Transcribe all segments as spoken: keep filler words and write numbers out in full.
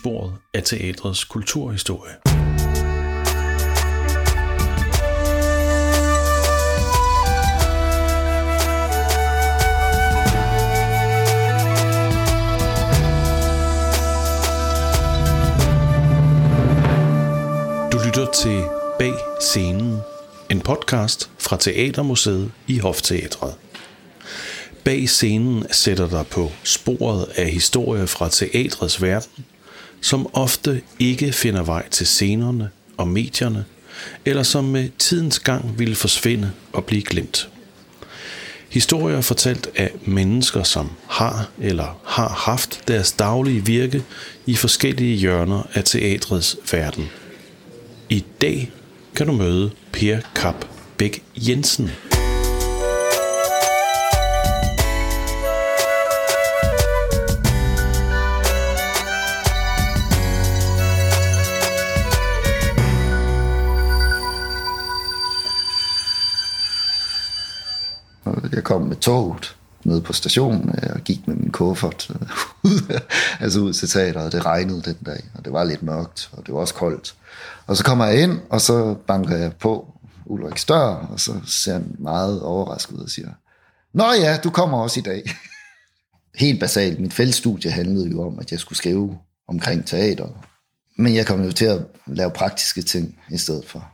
sporet af teatrets kulturhistorie. Du lytter til Bag Scenen, en podcast fra Teatermuseet i Hofteatret. Bag Scenen sætter dig på sporet af historie fra teatrets verden, som ofte ikke finder vej til scenerne og medierne, eller som med tidens gang ville forsvinde og blive glemt. Historier fortalt af mennesker, som har eller har haft deres daglige virke i forskellige hjørner af teatrets verden. I dag kan du møde Per Kap Bech Jensen. Jeg kom med toget ned på stationen, og gik med min kuffert ud, altså ud til teateret. Det regnede den dag, og det var lidt mørkt, og det var også koldt. Og så kommer jeg ind, og så banker jeg på Ulriks dør, og så ser han meget overrasket ud og siger, nå ja, du kommer også i dag. Helt basalt, mit feltstudie handlede jo om, at jeg skulle skrive omkring teater. Men jeg kom jo til at lave praktiske ting i stedet for.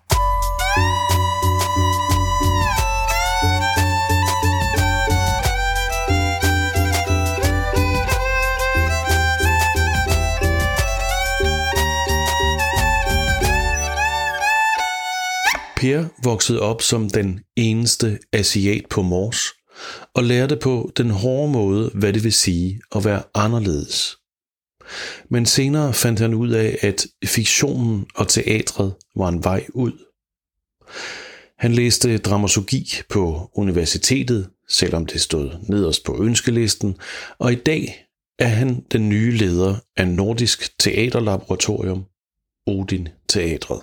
Per voksede op som den eneste asiat på Mors og lærte på den hårde måde, hvad det vil sige at være anderledes. Men senere fandt han ud af, at fiktionen og teatret var en vej ud. Han læste dramaturgi på universitetet, selvom det stod nederst på ønskelisten, og i dag er han den nye leder af Nordisk Teaterlaboratorium, Odin Teatret.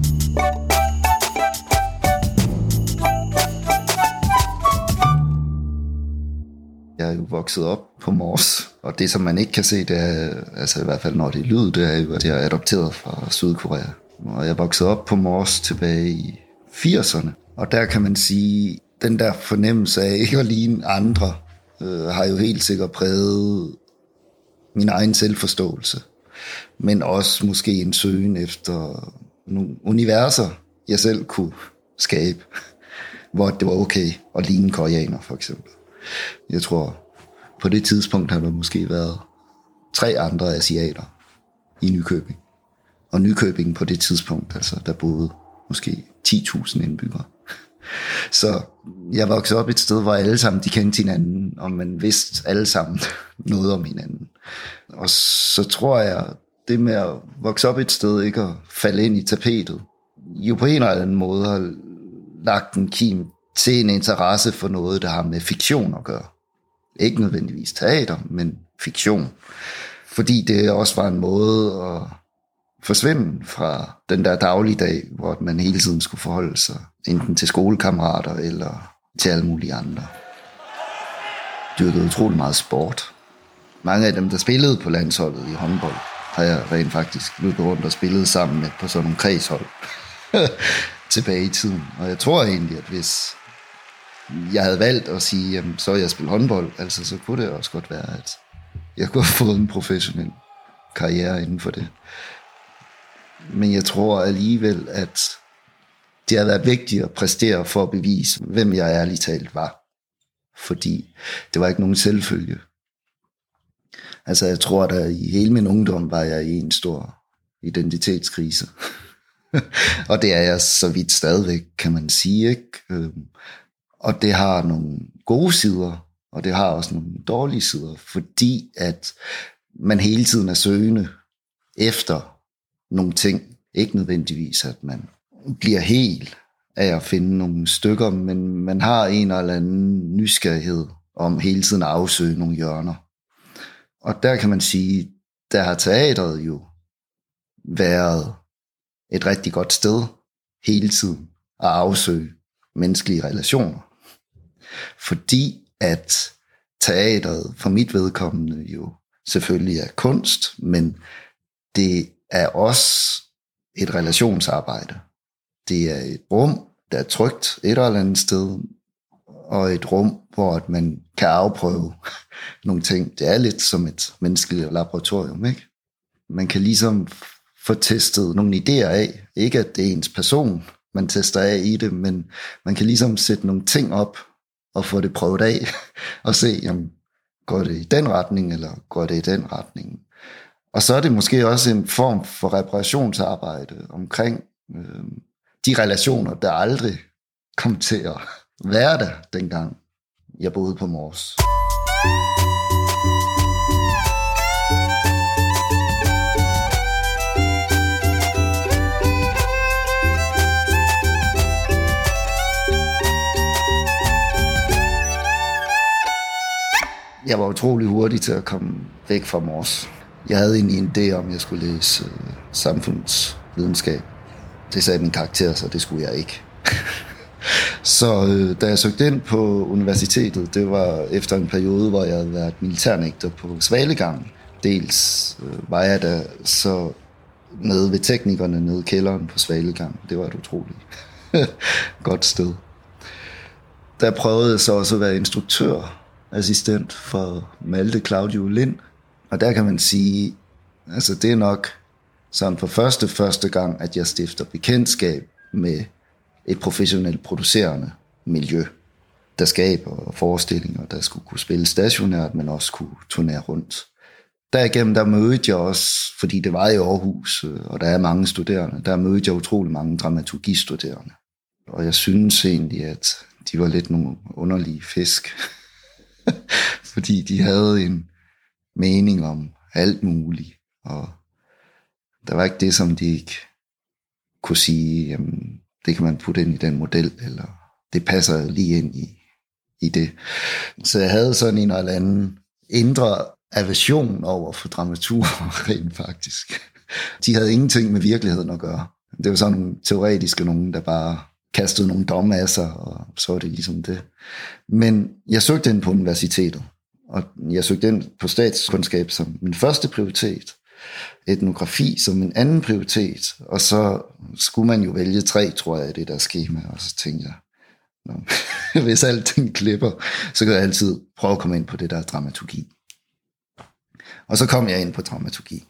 Jeg er jo vokset op på Mors, og det som man ikke kan se, det er, altså i hvert fald når det er lyd, det er jo, at jeg er adopteret fra Sydkorea. Og jeg voksede op på Mors tilbage i firserne, og der kan man sige, den der fornemmelse af ikke at ligne andre, øh, har jo helt sikkert præget min egen selvforståelse. Men også måske en søgen efter nogle universer, jeg selv kunne skabe, hvor det var okay at ligne koreaner for eksempel. Jeg tror, på det tidspunkt har der måske været tre andre asiater i Nykøbing. Og Nykøbing på det tidspunkt, altså der boede måske ti tusind indbyggere. Så jeg voksede op et sted, hvor alle sammen de kendte hinanden, og man vidste alle sammen noget om hinanden. Og så tror jeg, det med at vokse op et sted, ikke at falde ind i tapetet, jo på en eller anden måde har lagt en kim til en interesse for noget, der har med fiktion at gøre. Ikke nødvendigvis teater, men fiktion. Fordi det også var en måde at forsvinde fra den der dagligdag, hvor man hele tiden skulle forholde sig enten til skolekammerater eller til alle mulige andre. Dyrkede utrolig meget sport. Mange af dem, der spillede på landsholdet i håndbold, har jeg rent faktisk løbet rundt og spillet sammen med på sådan nogle kredshold tilbage i tiden. Og jeg tror egentlig, at hvis jeg havde valgt at sige, jamen, så er jeg spillet håndbold, altså så kunne det også godt være, at jeg kunne have fået en professionel karriere inden for det. Men jeg tror alligevel, at det har været vigtigt at præstere for at bevise, hvem jeg ærligt talt var. Fordi det var ikke nogen selvfølge. Altså jeg tror, at i hele min ungdom var jeg i en stor identitetskrise. Og det er jeg så vidt stadigvæk, kan man sige, ikke? Og det har nogle gode sider, og det har også nogle dårlige sider, fordi at man hele tiden er søgende efter nogle ting. Ikke nødvendigvis, at man bliver helt af at finde nogle stykker, men man har en eller anden nysgerrighed om hele tiden at afsøge nogle hjørner. Og der kan man sige, der har teatret jo været et rigtig godt sted hele tiden at afsøge menneskelige relationer. Fordi at teatret for mit vedkommende jo selvfølgelig er kunst, men det er også et relationsarbejde. Det er et rum, der er trygt et eller andet sted, og et rum, hvor man kan afprøve nogle ting. Det er lidt som et menneskeligt laboratorium, ikke? Man kan ligesom få testet nogle idéer af. Ikke at det er ens person, man tester af i det, men man kan ligesom sætte nogle ting op og få det prøvet af og se, jamen, går det i den retning, eller går det i den retning. Og så er det måske også en form for reparationsarbejde omkring øh, de relationer, der aldrig kom til at være der, dengang jeg boede på Mors. Jeg var utrolig hurtig til at komme væk fra Mors. Jeg havde egentlig en idé om, at jeg skulle læse øh, samfundsvidenskab. Det sagde min karakter, så det skulle jeg ikke. Så øh, da jeg søgte ind på universitetet, det var efter en periode, hvor jeg havde været militærnægter på Svalegangen. Dels øh, var jeg der så nede ved teknikerne nede i kælderen på Svalegangen. Det var et utroligt godt sted. Der prøvede jeg så også at være instruktør, assistent for Malte Claudio Lind. Og der kan man sige, altså det er nok sådan for første, første gang, at jeg stifter bekendtskab med et professionelt producerende miljø, der skaber forestillinger, der skulle kunne spille stationært, men også kunne turnere rundt. Derigennem der mødte jeg også, fordi det var i Aarhus, og der er mange studerende, der mødte jeg utrolig mange dramaturgistuderende. Og jeg synes egentlig, at de var lidt nogle underlige fisk, fordi de havde en mening om alt muligt, og der var ikke det, som de ikke kunne sige, jamen, det kan man putte ind i den model, eller det passer lige ind i, i det. Så jeg havde sådan en eller anden indre aversion over for dramaturger, rent faktisk. De havde ingenting med virkeligheden at gøre. Det var sådan nogle teoretiske nogen, der bare kastede nogle domme af sig, og så var det ligesom det. Men jeg søgte ind på universitetet, og jeg søgte ind på statskundskab som min første prioritet, etnografi som min anden prioritet, og så skulle man jo vælge tre, tror jeg, i det der skema, og så tænkte jeg, hvis alting klipper, så kan jeg altid prøve at komme ind på det der dramaturgi. Og så kom jeg ind på dramaturgi.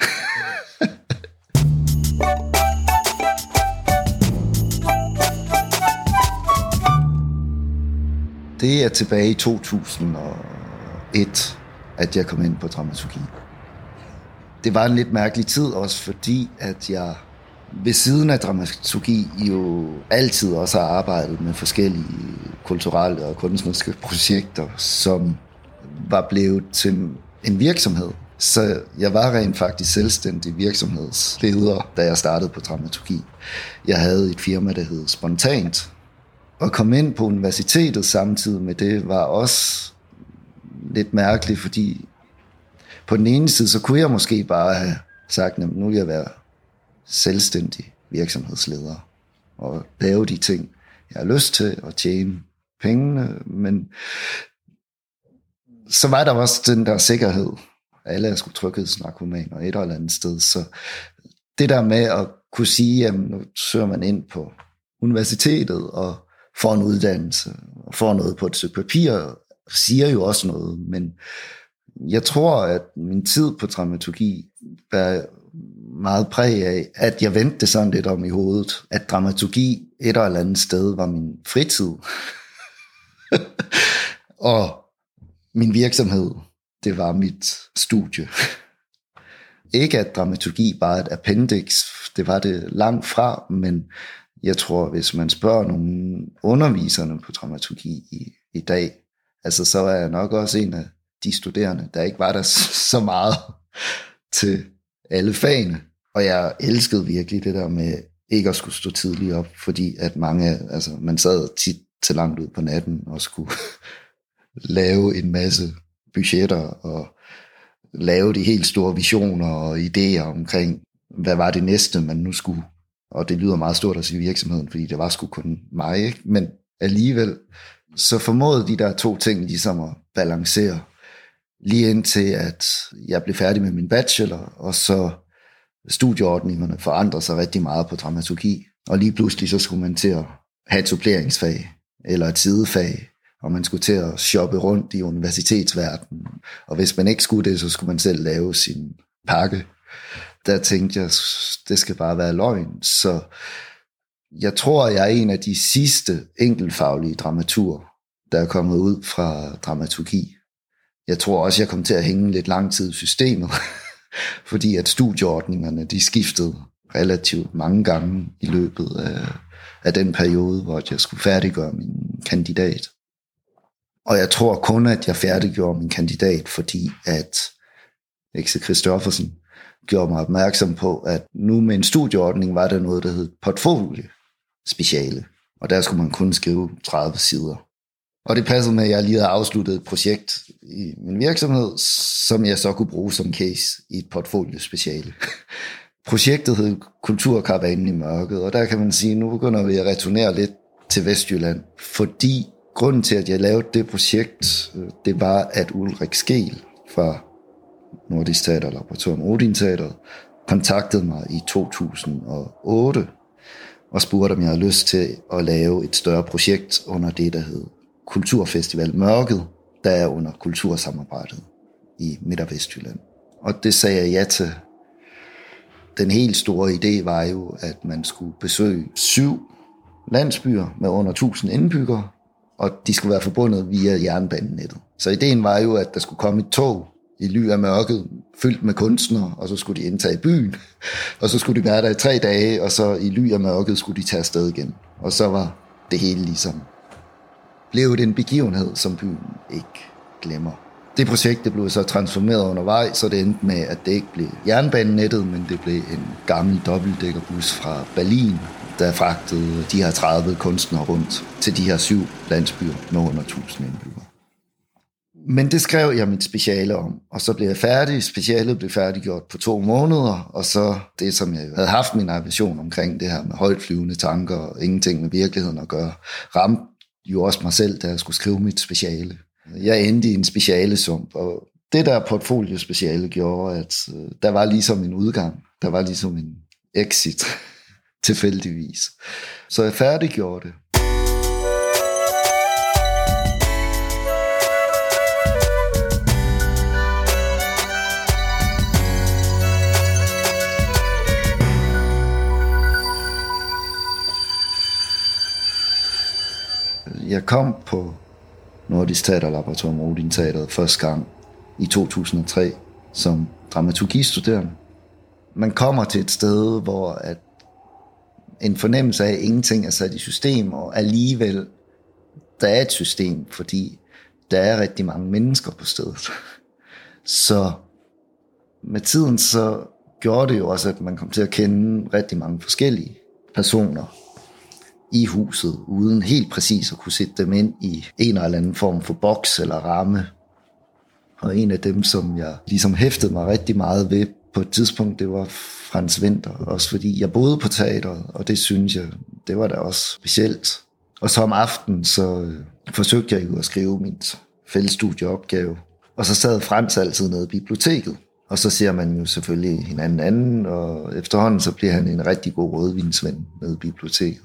Det er tilbage i to tusind og et, at jeg kom ind på dramaturgi. Det var en lidt mærkelig tid også, fordi at jeg ved siden af dramaturgi jo altid også har arbejdet med forskellige kulturelle og kunstneriske projekter, som var blevet til en virksomhed. Så jeg var rent faktisk selvstændig virksomhedsleder, da jeg startede på dramaturgi. Jeg havde et firma, der hed Spontant. At komme ind på universitetet samtidig med det var også lidt mærkeligt, fordi på den ene side, så kunne jeg måske bare have sagt, at nu vil jeg være selvstændig virksomhedsleder og lave de ting, jeg har lyst til at tjene pengene, men så var der også den der sikkerhed. Alle er sgu tryghedsnarkomaner et eller andet sted, så det der med at kunne sige, at nu søger man ind på universitetet og får en uddannelse og får noget på et stykke papir, siger jo også noget, men jeg tror, at min tid på dramaturgi var meget præg af, at jeg vendte det sådan lidt om i hovedet, at dramaturgi et eller andet sted var min fritid. Og min virksomhed, det var mit studie. Ikke at dramaturgi bare et appendix, det var det langt fra, men jeg tror, hvis man spørger nogle underviserne på dramaturgi i, i dag, altså så er jeg nok også en af de studerende, der ikke var der så meget til alle fagene. Og jeg elskede virkelig det der med ikke at skulle stå tidligt op, fordi at mange, altså man sad tit til langt ud på natten og skulle lave en masse budgetter og lave de helt store visioner og idéer omkring, hvad var det næste, man nu skulle. Og det lyder meget stort at sige virksomheden, fordi det var sgu kun mig, ikke? Men alligevel, så formåede de der to ting ligesom at balancere, lige indtil at jeg blev færdig med min bachelor, og så studieordningerne forandrede sig rigtig meget på dramaturgi, og lige pludselig så skulle man til at have et suppleringsfag, eller et sidefag, og man skulle til at shoppe rundt i universitetsverdenen, og hvis man ikke skulle det, så skulle man selv lave sin pakke. Der tænkte jeg, det skal bare være løgn, så jeg tror, jeg er en af de sidste enkeltfaglige dramaturer, der er kommet ud fra dramaturgi. Jeg tror også, jeg kom til at hænge lidt lang tid i systemet, fordi at studieordningerne, de skiftede relativt mange gange i løbet af, af den periode, hvor jeg skulle færdiggøre min kandidat. Og jeg tror kun, at jeg færdiggjorde min kandidat, fordi at Exe Christoffersen gjorde mig opmærksom på, at nu med en studieordning var der noget, der hed portfolio-speciale, og der skulle man kun skrive tredive sider. Og det passede med, at jeg lige havde afsluttet et projekt i min virksomhed, som jeg så kunne bruge som case i et portfolio-speciale. Projektet hed Kulturkaravanen i mørket, og der kan man sige, at nu begynder vi at returnere lidt til Vestjylland, fordi grunden til, at jeg lavede det projekt, det var, at Ulrik Skeel fra Nordisk Teater Laboratorium Odin Teatret kontaktede mig i to tusind og otte og spurgte, om jeg havde lyst til at lave et større projekt under det, der hed Kulturfestival Mørket, der er under kultursamarbejdet i Midt- og Vestjylland. Og det sagde jeg ja til. Den helt store idé var jo, at man skulle besøge syv landsbyer med under tusind indbyggere, og de skulle være forbundet via jernbanenettet. Så ideen var jo, at der skulle komme et tog i ly af mørket, fyldt med kunstnere, og så skulle de indtage byen, og så skulle de være der i tre dage, og så i ly af mørket skulle de tage afsted igen. Og så var det hele ligesom blevet en begivenhed, som byen ikke glemmer. Det projekt det blev så transformeret undervejs, så det endte med, at det ikke blev jernbanenettet, men det blev en gammel dobbeltdækkerbus fra Berlin, der fragtede de her tredive kunstnere rundt til de her syv landsbyer med under tusind indbyggere. Men det skrev jeg mit speciale om, og så blev jeg færdig. Specialet blev færdiggjort på to måneder, og så det, som jeg havde haft min ambition omkring det her med højtflyvende tanker og ingenting med virkeligheden at gøre, ramte jo også mig selv, da jeg skulle skrive mit speciale. Jeg endte i en specialesump, og det der portfolio-speciale gjorde, at der var ligesom en udgang, der var ligesom en exit, tilfældigvis. Så jeg færdiggjorde det. Jeg kom på Nordisk Teater Laboratorium Odin Teatret første gang i to tusind og tre som dramaturgistuderende. Man kommer til et sted, hvor at en fornemmelse af, at ingenting er sat i system, og alligevel der er et system, fordi der er rigtig mange mennesker på stedet. Så med tiden så gjorde det jo også, at man kom til at kende rigtig mange forskellige personer i huset, uden helt præcis at kunne sætte dem ind i en eller anden form for boks eller ramme. Og en af dem, som jeg ligesom hæftede mig rigtig meget ved på et tidspunkt, det var Frans Winther, også fordi jeg boede på teateret, og det synes jeg, det var da også specielt. Og så om aftenen, så øh, forsøgte jeg jo at skrive mit fællesstudieopgave, og så sad Frans altid nede i biblioteket, og så ser man jo selvfølgelig hinanden anden, og efterhånden så bliver han en rigtig god rødvinsven nede i biblioteket.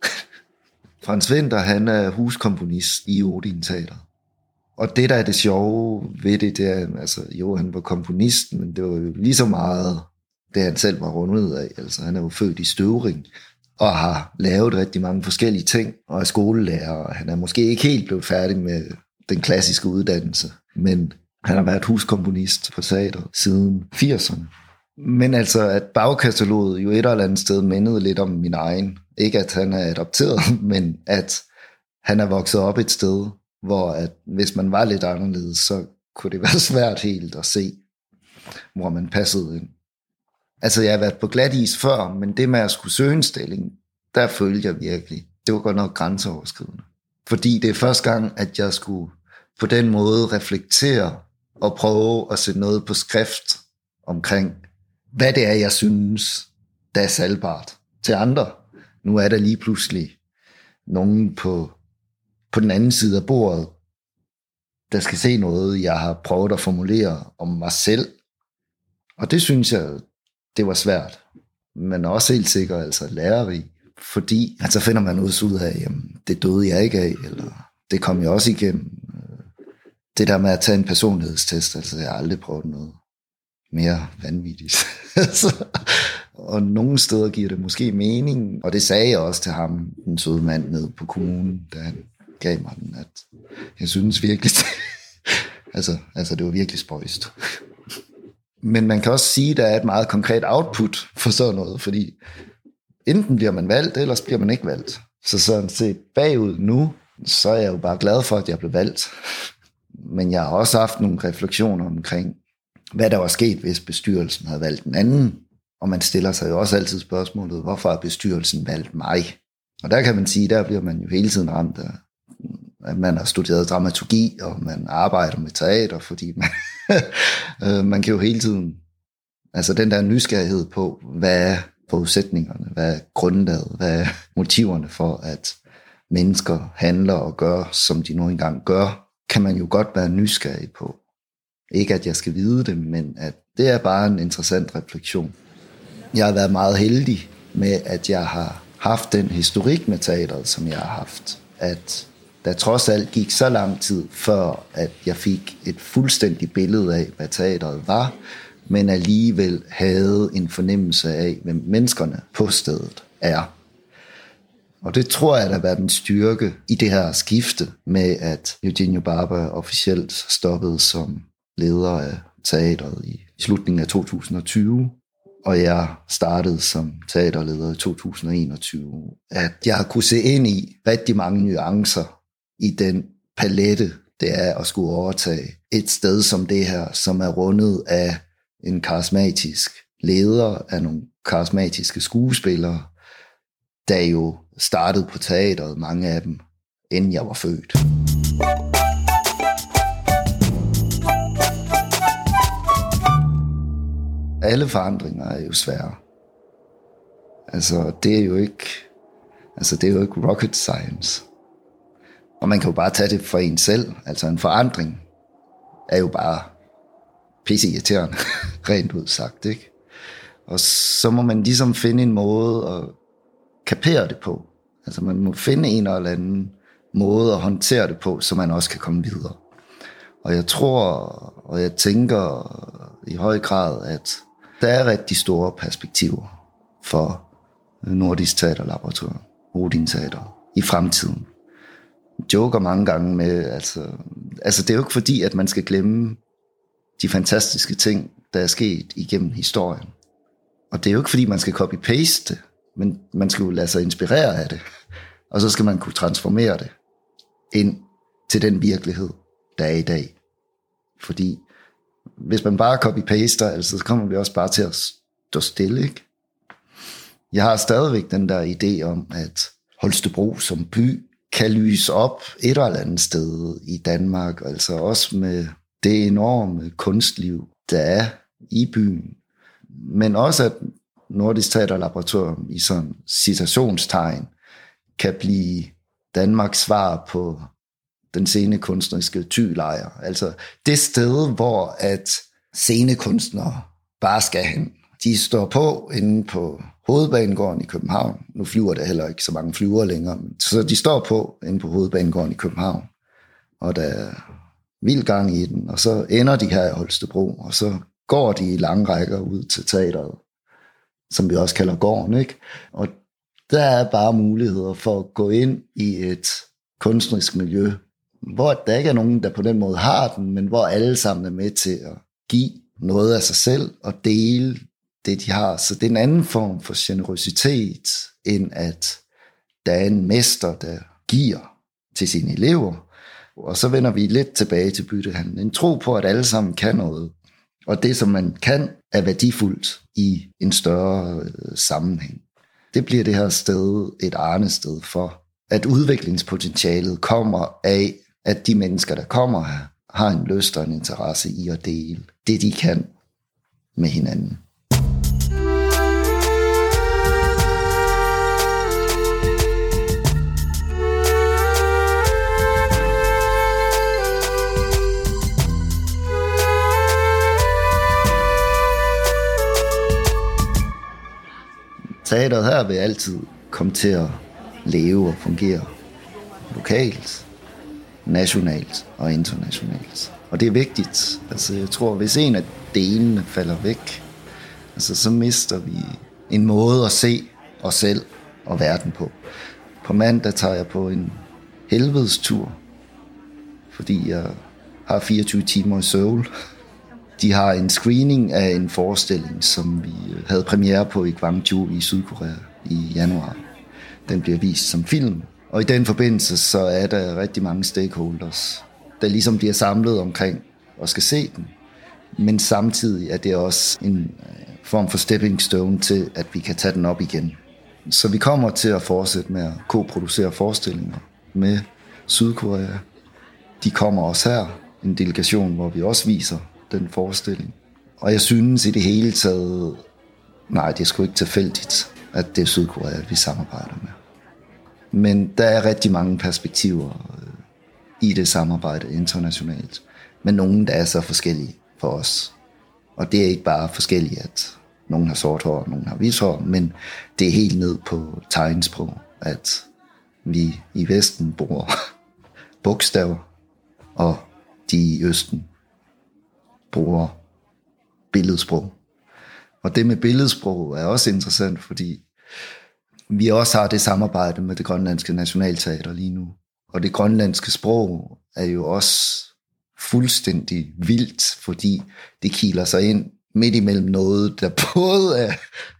Frans Winther, han er huskomponist i Odin Teater. Og det, der er det sjove ved det, det er, altså jo, han var komponist, men det var jo lige så meget det, han selv var rundet af. Altså, han er jo født i Støvring, og har lavet rigtig mange forskellige ting, og er skolelærer, og han er måske ikke helt blevet færdig med den klassiske uddannelse, men han har været huskomponist på teateret siden firserne. Men altså, at bagkataloget jo et eller andet sted mindede lidt om min egen. Ikke at han er adopteret, men at han er vokset op et sted, hvor at hvis man var lidt anderledes, så kunne det være svært helt at se, hvor man passede ind. Altså, jeg har været på glat is før, men det med at skulle søge en stilling, der følte jeg virkelig, det var godt nok grænseoverskridende. Fordi det er første gang, at jeg skulle på den måde reflektere og prøve at sætte noget på skrift omkring, hvad det er, jeg synes, der er salgbart til andre. Nu er der lige pludselig nogen på, på den anden side af bordet, der skal se noget, jeg har prøvet at formulere om mig selv. Og det synes jeg, det var svært, men også helt sikkert altså lærerig, fordi altså finder man ud af, jamen, det døde jeg ikke af, eller det kom jeg også igennem. Det der med at tage en personlighedstest, altså jeg har aldrig prøvet noget mere vanvittigt. Og nogle steder giver det måske mening, og det sagde jeg også til ham, den søde mand nede på kommunen, da han gav mig den, at jeg synes virkelig, altså, altså det var virkelig spøjst. Men man kan også sige, at der er et meget konkret output for sådan noget, fordi enten bliver man valgt, ellers bliver man ikke valgt. Så sådan set bagud nu, så er jeg jo bare glad for, at jeg blev valgt. Men jeg har også haft nogle refleksioner omkring, hvad der var sket, hvis bestyrelsen havde valgt en anden. Og man stiller sig jo også altid spørgsmålet, hvorfor har bestyrelsen valgt mig? Og der kan man sige, der bliver man jo hele tiden ramt af, at man har studeret dramaturgi, og man arbejder med teater, fordi man, man kan jo hele tiden, altså den der nysgerrighed på, hvad er forudsætningerne, hvad er grundlaget, hvad er motiverne for, at mennesker handler og gør, som de nu engang gør, kan man jo godt være nysgerrig på. Ikke at jeg skal vide det, men at det er bare en interessant refleksion. Jeg har været meget heldig med, at jeg har haft den historik med teateret, som jeg har haft. At der trods alt gik så lang tid, før at jeg fik et fuldstændigt billede af, hvad teateret var, men alligevel havde en fornemmelse af, hvem menneskerne på stedet er. Og det tror jeg, der har været en styrke i det her skifte med, at Eugenio Barba officielt stoppede som leder af teateret i slutningen af to tusind og tyve, og jeg startede som teaterleder i to tusind og enogtyve. At jeg har kunne se ind i rigtig mange nuancer i den palette, det er at skulle overtage et sted som det her, som er rundet af en karismatisk leder, af nogle karismatiske skuespillere, der jo startede på teateret, mange af dem, inden jeg var født. Alle forandringer er jo svære. Altså, det er jo ikke, altså, det er jo ikke rocket science. Og man kan jo bare tage det for en selv. Altså, en forandring er jo bare pisse-irriterende, rent ud sagt, ikke? Og så må man ligesom finde en måde at kapere det på. Altså, man må finde en eller anden måde at håndtere det på, så man også kan komme videre. Og jeg tror, og jeg tænker i høj grad, at der er rigtig store perspektiver for Nordisk Teaterlaboratorium, Odin Teater, i fremtiden. Jeg joker mange gange med, altså, altså det er jo ikke fordi, at man skal glemme de fantastiske ting, der er sket igennem historien. Og det er jo ikke fordi, man skal copy-paste det, men man skal jo lade sig inspirere af det. Og så skal man kunne transformere det ind til den virkelighed, der er i dag. Fordi hvis man bare copy-paster, altså, så kommer vi også bare til at stå stille, ikke? Jeg har stadigvæk den der idé om, at Holstebro som by kan lyse op et eller andet sted i Danmark, altså også med det enorme kunstliv, der er i byen, men også at Nordisk Teaterlaboratorium i sådan citationstegn kan blive Danmarks svar på den scenekunstneriske Thylejr. Altså det sted, hvor at scenekunstnere bare skal hen. De står på inde på Hovedbanegården i København. Nu flyver der heller ikke så mange flyver længere. Så de står på inde på Hovedbanegården i København. Og der er vild gang i den. Og så ender de her i Holstebro. Og så går de i lange rækker ud til teateret, som vi også kalder gården, ikke? Og der er bare muligheder for at gå ind i et kunstnerisk miljø, hvor der ikke er nogen, der på den måde har den, men hvor alle sammen er med til at give noget af sig selv og dele det, de har. Så det er en anden form for generøsitet, end at der er en mester, der giver til sine elever. Og så vender vi lidt tilbage til byttehandlen. En tro på, at alle sammen kan noget. Og det, som man kan, er værdifuldt i en større øh, sammenhæng. Det bliver det her sted et arnested for, at udviklingspotentialet kommer af, at de mennesker, der kommer her, har en lyst og en interesse i at dele det, de kan med hinanden. Teateret her vil altid komme til at leve og fungere lokalt, nationalt og internationalt. Og det er vigtigt. Altså, jeg tror, hvis en af delene falder væk, altså, så mister vi en måde at se os selv og verden på. På mandag tager jeg på en helvedes tur, fordi jeg har fireogtyve timer i Seoul. De har en screening af en forestilling, som vi havde premiere på i Gwangju i Sydkorea i januar. Den bliver vist som film, og i den forbindelse så er der rigtig mange stakeholders, der ligesom bliver samlet omkring og skal se den. Men samtidig er det også en form for stepping stone til, at vi kan tage den op igen. Så vi kommer til at fortsætte med at koproducere forestillinger med Sydkorea. De kommer også her, en delegation, hvor vi også viser den forestilling. Og jeg synes i det hele taget, nej, det er sgu ikke tilfældigt, at det er Sydkorea, vi samarbejder med. Men der er rigtig mange perspektiver i det samarbejde internationalt, men nogle, der er så forskellige for os. Og det er ikke bare forskelligt, at nogen har sort hår, og nogen har hvidt hår, men det er helt ned på tegnsprog, at vi i Vesten bruger bogstaver, og de i Østen bruger billedsprog. Og det med billedsprog er også interessant, fordi vi også har det samarbejde med det grønlandske nationalteater lige nu. Og det grønlandske sprog er jo også fuldstændig vildt, fordi det kiler sig ind midt imellem noget, der både er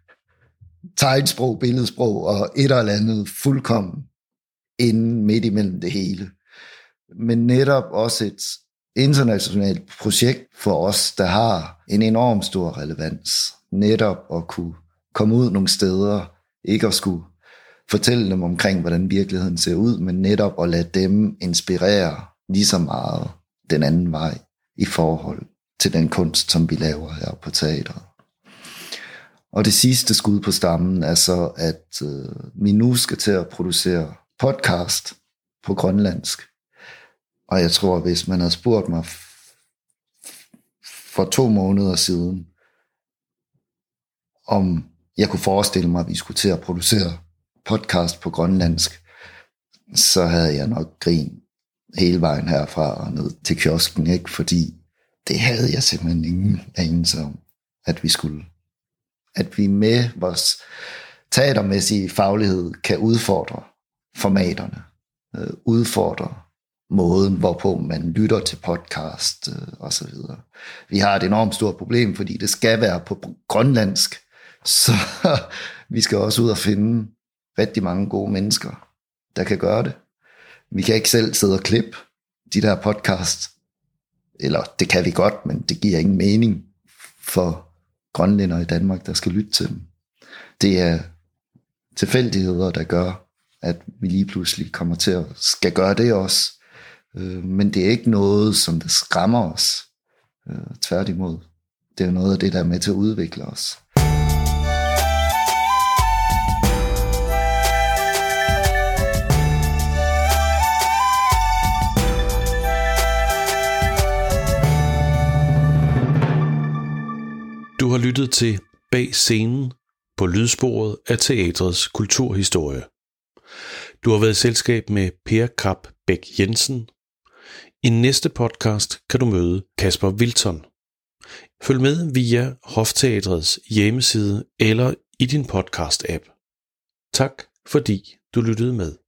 tegnsprog, billedsprog og et eller andet fuldkommen inden midt imellem det hele. Men netop også et internationalt projekt for os, der har en enorm stor relevans. Netop at kunne komme ud nogle steder, ikke at skulle fortælle dem omkring, hvordan virkeligheden ser ud, men netop at lade dem inspirere lige så meget den anden vej i forhold til den kunst, som vi laver her på teatret. Og det sidste skud på stammen er så, at øh, vi nu skal til at producere podcast på grønlandsk. Og jeg tror, hvis man havde spurgt mig for to måneder siden, om jeg kunne forestille mig, at vi skulle til at producere podcast på grønlandsk, så havde jeg nok grin hele vejen herfra og ned til kiosken, ikke? Fordi det havde jeg simpelthen ingen anelse om, at vi skulle. At vi med vores teatermæssige faglighed kan udfordre formaterne, øh, udfordre måden, hvorpå man lytter til podcast øh, og så videre. Vi har et enormt stort problem, fordi det skal være på grønlandsk, så vi skal også ud og finde rigtig mange gode mennesker, der kan gøre det. Vi kan ikke selv sidde og klippe de der podcast, eller det kan vi godt, men det giver ingen mening for grønlændere i Danmark, der skal lytte til dem. Det er tilfældigheder, der gør, at vi lige pludselig kommer til at skal gøre det også. Men det er ikke noget, som der skræmmer os. Tværtimod. Det er noget af det, der er med til at udvikle os. Du har lyttet til Bag Scenen på lydsporet af teatrets kulturhistorie. Du har været i selskab med Per Krab Bech Jensen. I næste podcast kan du møde Kasper Wilton. Følg med via Hofteatrets hjemmeside eller i din podcast-app. Tak fordi du lyttede med.